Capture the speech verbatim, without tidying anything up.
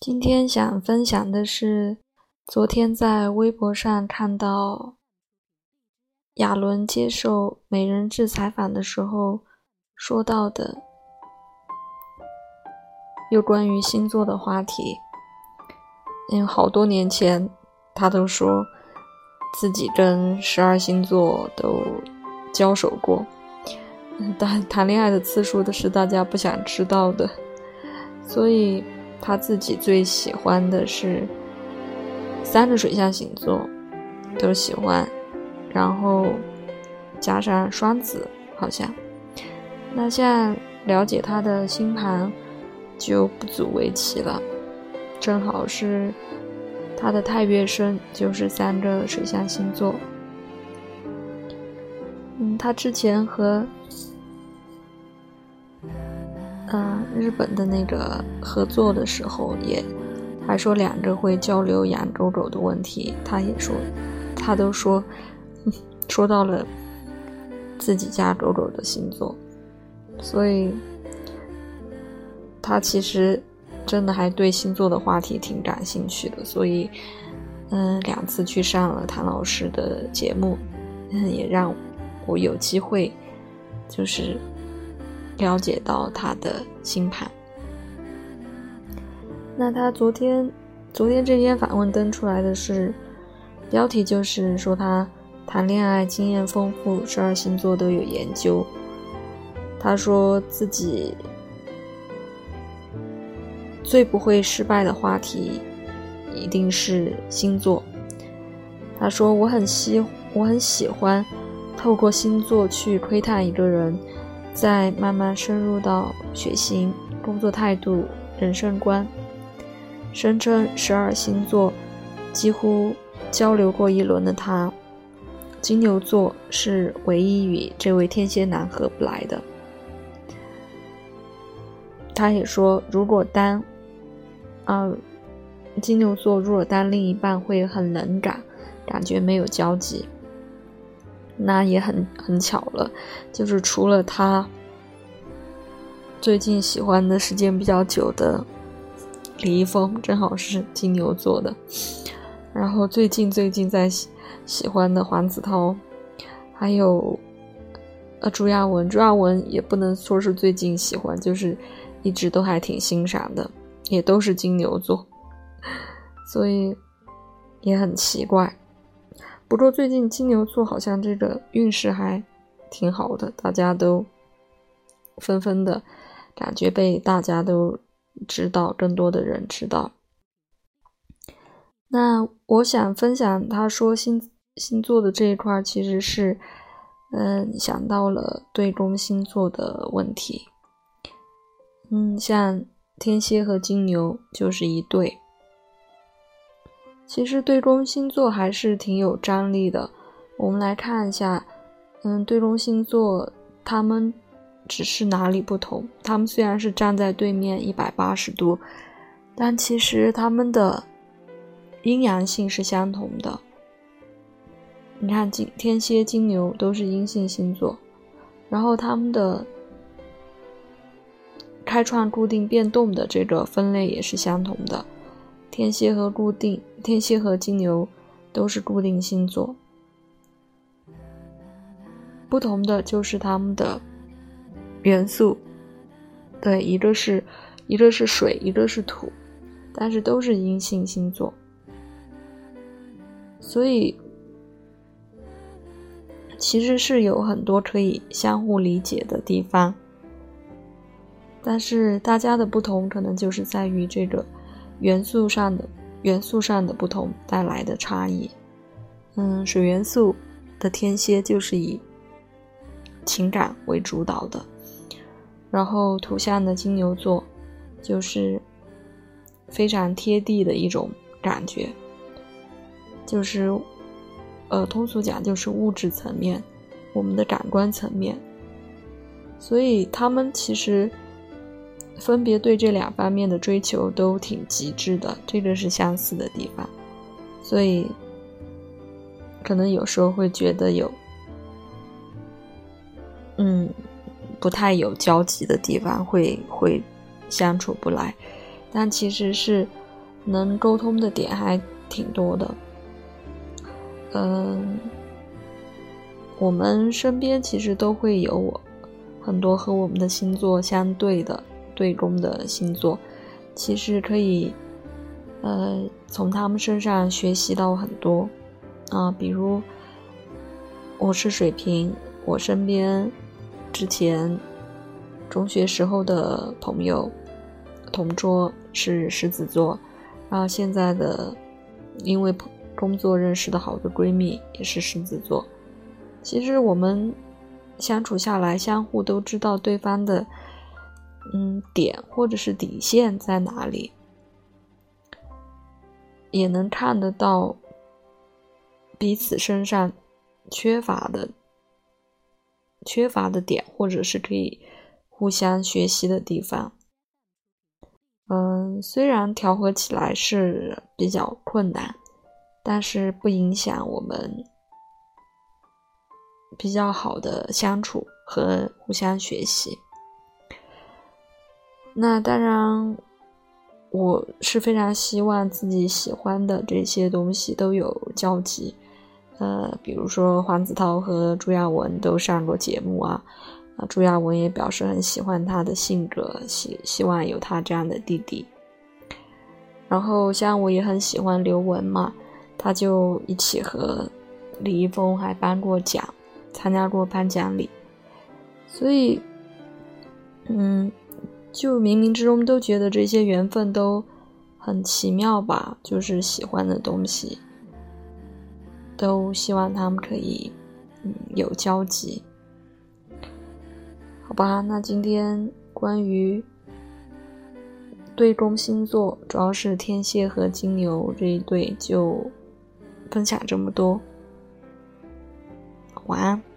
今天想分享的是，昨天在微博上看到亚伦接受美人志采访的时候说到的有关于星座的话题。因为好多年前他都说自己跟十二星座都交手过，但谈恋爱的次数的是大家不想知道的，所以他自己最喜欢的是三个水象星座都喜欢，然后加上双子好像。那现在了解他的星盘就不足为奇了，正好是他的太月生就是三个水象星座。嗯，他之前和呃，日本的那个合作的时候也还说两个会交流养狗狗的问题，他也说他都说说到了自己家狗狗的星座，所以他其实真的还对星座的话题挺感兴趣的，所以嗯，两次去上了谭老师的节目，嗯，也让我有机会就是了解到他的星盘。那他昨天昨天这篇访问登出来的是标题，就是说他谈恋爱经验丰富，十二星座都有研究。他说自己最不会失败的话题一定是星座。他说我很喜我很喜欢透过星座去窥探一个人，再慢慢深入到血型、工作态度、人生观。声称十二星座几乎交流过一轮的他，金牛座是唯一与这位天蝎男合不来的。他也说，如果单啊，金牛座如果单另一半会很冷感，感觉没有交集。那也很很巧了，就是除了他最近喜欢的时间比较久的李易峰正好是金牛座的，然后最近最近在喜喜欢的黄子韬，还有呃朱亚文，朱亚文也不能说是最近喜欢，就是一直都还挺欣赏的，也都是金牛座，所以也很奇怪。不过最近金牛座好像这个运势还挺好的，大家都纷纷的感觉被大家都知道，更多的人知道。那我想分享他说星星座的这一块，其实是嗯想到了对宫星座的问题。嗯，像天蝎和金牛就是一对，其实对宫星座还是挺有张力的。我们来看一下，嗯，对宫星座他们只是哪里不同，他们虽然是站在对面一百八十度，但其实他们的阴阳性是相同的。你看天蝎金牛都是阴性星座，然后他们的开创固定变动的这个分类也是相同的，天蝎和固定天蝎和金牛都是固定星座，不同的就是他们的元素，对，一个是一个是水，一个是土，但是都是阴性星座，所以其实是有很多可以相互理解的地方，但是大家的不同可能就是在于这个元素上的元素上的不同带来的差异。嗯，水元素的天蝎就是以情感为主导的，然后土象的金牛座就是非常贴地的一种感觉，就是呃，通俗讲就是物质层面，我们的感官层面，所以他们其实分别对这两方面的追求都挺极致的，这个是相似的地方，所以可能有时候会觉得有嗯不太有交集的地方，会会相处不来，但其实是能沟通的点还挺多的。嗯，我们身边其实都会有我很多和我们的星座相对的对宫的星座，其实可以呃从他们身上学习到很多啊，比如我是水瓶，我身边之前中学时候的朋友同桌是狮子座，然后现在的因为工作认识的好的闺蜜也是狮子座。其实我们相处下来，相互都知道对方的嗯点或者是底线在哪里，也能看得到彼此身上缺乏的缺乏的点，或者是可以互相学习的地方。嗯，虽然调和起来是比较困难，但是不影响我们比较好的相处和互相学习。那当然我是非常希望自己喜欢的这些东西都有交集，呃，比如说黄子韬和朱亚文都上过节目啊，啊，朱亚文也表示很喜欢他的性格，希希望有他这样的弟弟。然后像我也很喜欢刘雯嘛，他就一起和李易峰还颁过奖，参加过颁奖礼，所以嗯，就冥冥之中都觉得这些缘分都很奇妙吧，就是喜欢的东西都希望他们可以嗯有交集。好吧，那今天关于对宫星座，主要是天蝎和金牛这一对就分享这么多，晚安。